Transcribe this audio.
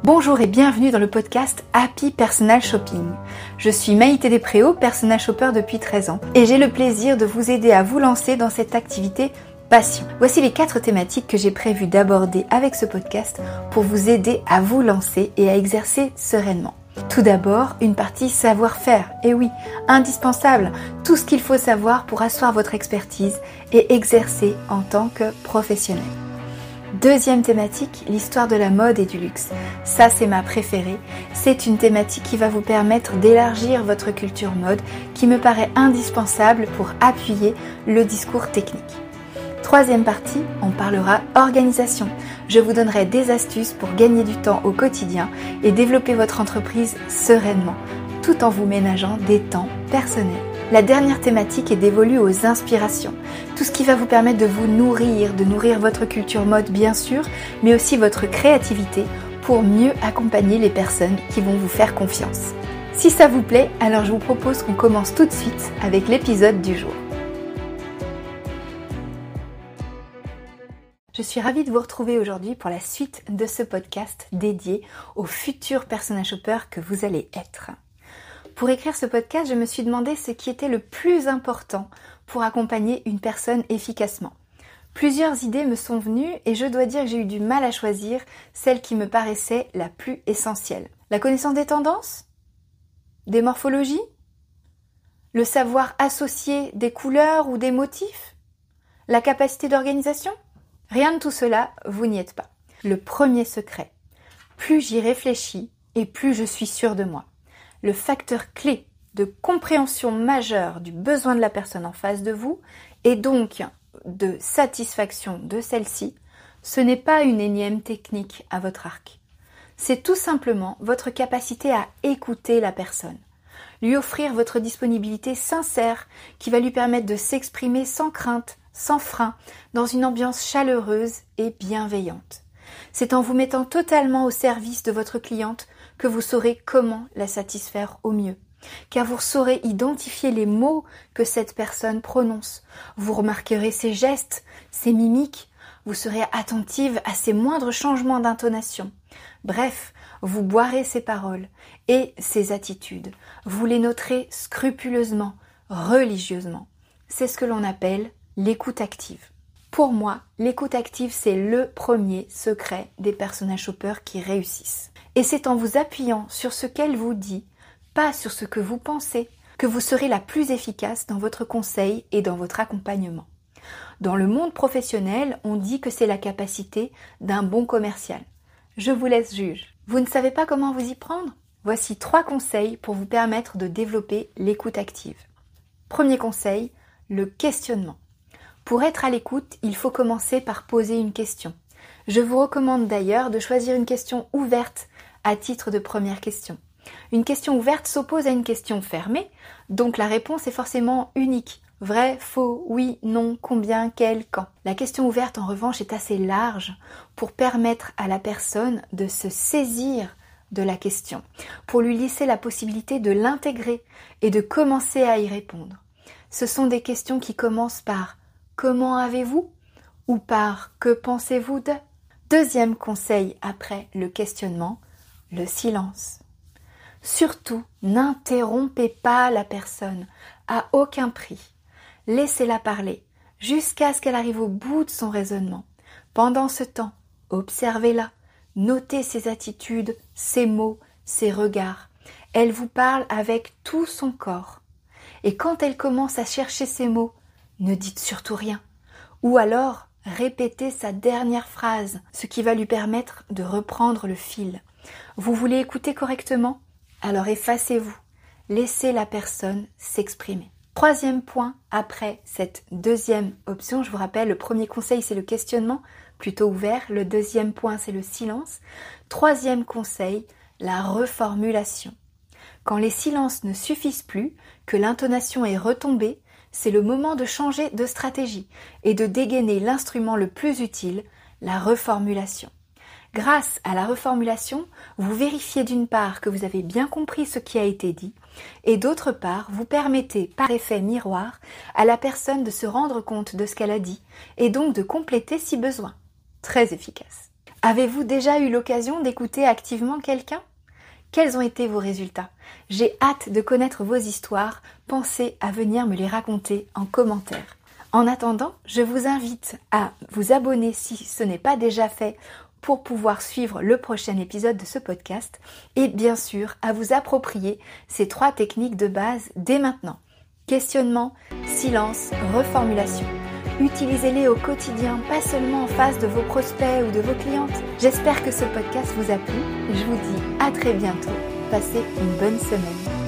Bonjour et bienvenue dans le podcast Happy Personal Shopping. Je suis Maïté Despréaux, Personal Shopper depuis 13 ans et j'ai le plaisir de vous aider à vous lancer dans cette activité passion. Voici les 4 thématiques que j'ai prévu d'aborder avec ce podcast pour vous aider à vous lancer et à exercer sereinement. Tout d'abord, une partie savoir-faire. Et oui, indispensable, tout ce qu'il faut savoir pour asseoir votre expertise et exercer en tant que professionnel. Deuxième thématique, l'histoire de la mode et du luxe. Ça, c'est ma préférée. C'est une thématique qui va vous permettre d'élargir votre culture mode, qui me paraît indispensable pour appuyer le discours technique. Troisième partie, on parlera organisation. Je vous donnerai des astuces pour gagner du temps au quotidien et développer votre entreprise sereinement, tout en vous ménageant des temps personnels. La dernière thématique est dévolue aux inspirations. Tout ce qui va vous permettre de vous nourrir, de nourrir votre culture mode bien sûr, mais aussi votre créativité pour mieux accompagner les personnes qui vont vous faire confiance. Si ça vous plaît, alors je vous propose qu'on commence tout de suite avec l'épisode du jour. Je suis ravie de vous retrouver aujourd'hui pour la suite de ce podcast dédié aux futurs personal shoppers que vous allez être. Pour écrire ce podcast, je me suis demandé ce qui était le plus important pour accompagner une personne efficacement. Plusieurs idées me sont venues et je dois dire que j'ai eu du mal à choisir celle qui me paraissait la plus essentielle. La connaissance des tendances ? Des morphologies ? Le savoir associer des couleurs ou des motifs ? La capacité d'organisation ? Rien de tout cela, vous n'y êtes pas. Le premier secret, plus j'y réfléchis et plus je suis sûre de moi. Le facteur clé de compréhension majeure du besoin de la personne en face de vous et donc de satisfaction de celle-ci, ce n'est pas une énième technique à votre arc. C'est tout simplement votre capacité à écouter la personne, lui offrir votre disponibilité sincère qui va lui permettre de s'exprimer sans crainte, sans frein, dans une ambiance chaleureuse et bienveillante. C'est en vous mettant totalement au service de votre cliente que vous saurez comment la satisfaire au mieux. Car vous saurez identifier les mots que cette personne prononce. Vous remarquerez ses gestes, ses mimiques. Vous serez attentive à ses moindres changements d'intonation. Bref, vous boirez ses paroles et ses attitudes. Vous les noterez scrupuleusement, religieusement. C'est ce que l'on appelle l'écoute active. Pour moi, l'écoute active, c'est le premier secret des personal shoppers qui réussissent. Et c'est en vous appuyant sur ce qu'elle vous dit, pas sur ce que vous pensez, que vous serez la plus efficace dans votre conseil et dans votre accompagnement. Dans le monde professionnel, on dit que c'est la capacité d'un bon commercial. Je vous laisse juge. Vous ne savez pas comment vous y prendre ? Voici 3 conseils pour vous permettre de développer l'écoute active. Premier conseil, le questionnement. Pour être à l'écoute, il faut commencer par poser une question. Je vous recommande d'ailleurs de choisir une question ouverte à titre de première question. Une question ouverte s'oppose à une question fermée, donc la réponse est forcément unique. Vrai, faux, oui, non, combien, quel, quand. La question ouverte en revanche est assez large pour permettre à la personne de se saisir de la question, pour lui laisser la possibilité de l'intégrer et de commencer à y répondre. Ce sont des questions qui commencent par « Comment avez-vous » ou par « Que pensez-vous de ?» Deuxième conseil après le questionnement, le silence. Surtout, n'interrompez pas la personne, à aucun prix. Laissez-la parler, jusqu'à ce qu'elle arrive au bout de son raisonnement. Pendant ce temps, observez-la, notez ses attitudes, ses mots, ses regards. Elle vous parle avec tout son corps. Et quand elle commence à chercher ses mots, ne dites surtout rien. Ou alors, répétez sa dernière phrase, ce qui va lui permettre de reprendre le fil. Vous voulez écouter correctement ? Alors effacez-vous. Laissez la personne s'exprimer. Troisième point, après cette deuxième option, je vous rappelle, le premier conseil c'est le questionnement, plutôt ouvert. Le deuxième point c'est le silence. Troisième conseil, la reformulation. Quand les silences ne suffisent plus, que l'intonation est retombée, c'est le moment de changer de stratégie et de dégainer l'instrument le plus utile, la reformulation. Grâce à la reformulation, vous vérifiez d'une part que vous avez bien compris ce qui a été dit et d'autre part, vous permettez par effet miroir à la personne de se rendre compte de ce qu'elle a dit et donc de compléter si besoin. Très efficace. Avez-vous déjà eu l'occasion d'écouter activement quelqu'un ? Quels ont été vos résultats ? J'ai hâte de connaître vos histoires. Pensez à venir me les raconter en commentaire. En attendant, je vous invite à vous abonner si ce n'est pas déjà fait pour pouvoir suivre le prochain épisode de ce podcast et bien sûr à vous approprier ces 3 techniques de base dès maintenant. Questionnement, silence, reformulation. Utilisez-les au quotidien, pas seulement en face de vos prospects ou de vos clientes. J'espère que ce podcast vous a plu. Je vous dis à très bientôt. Passez une bonne semaine.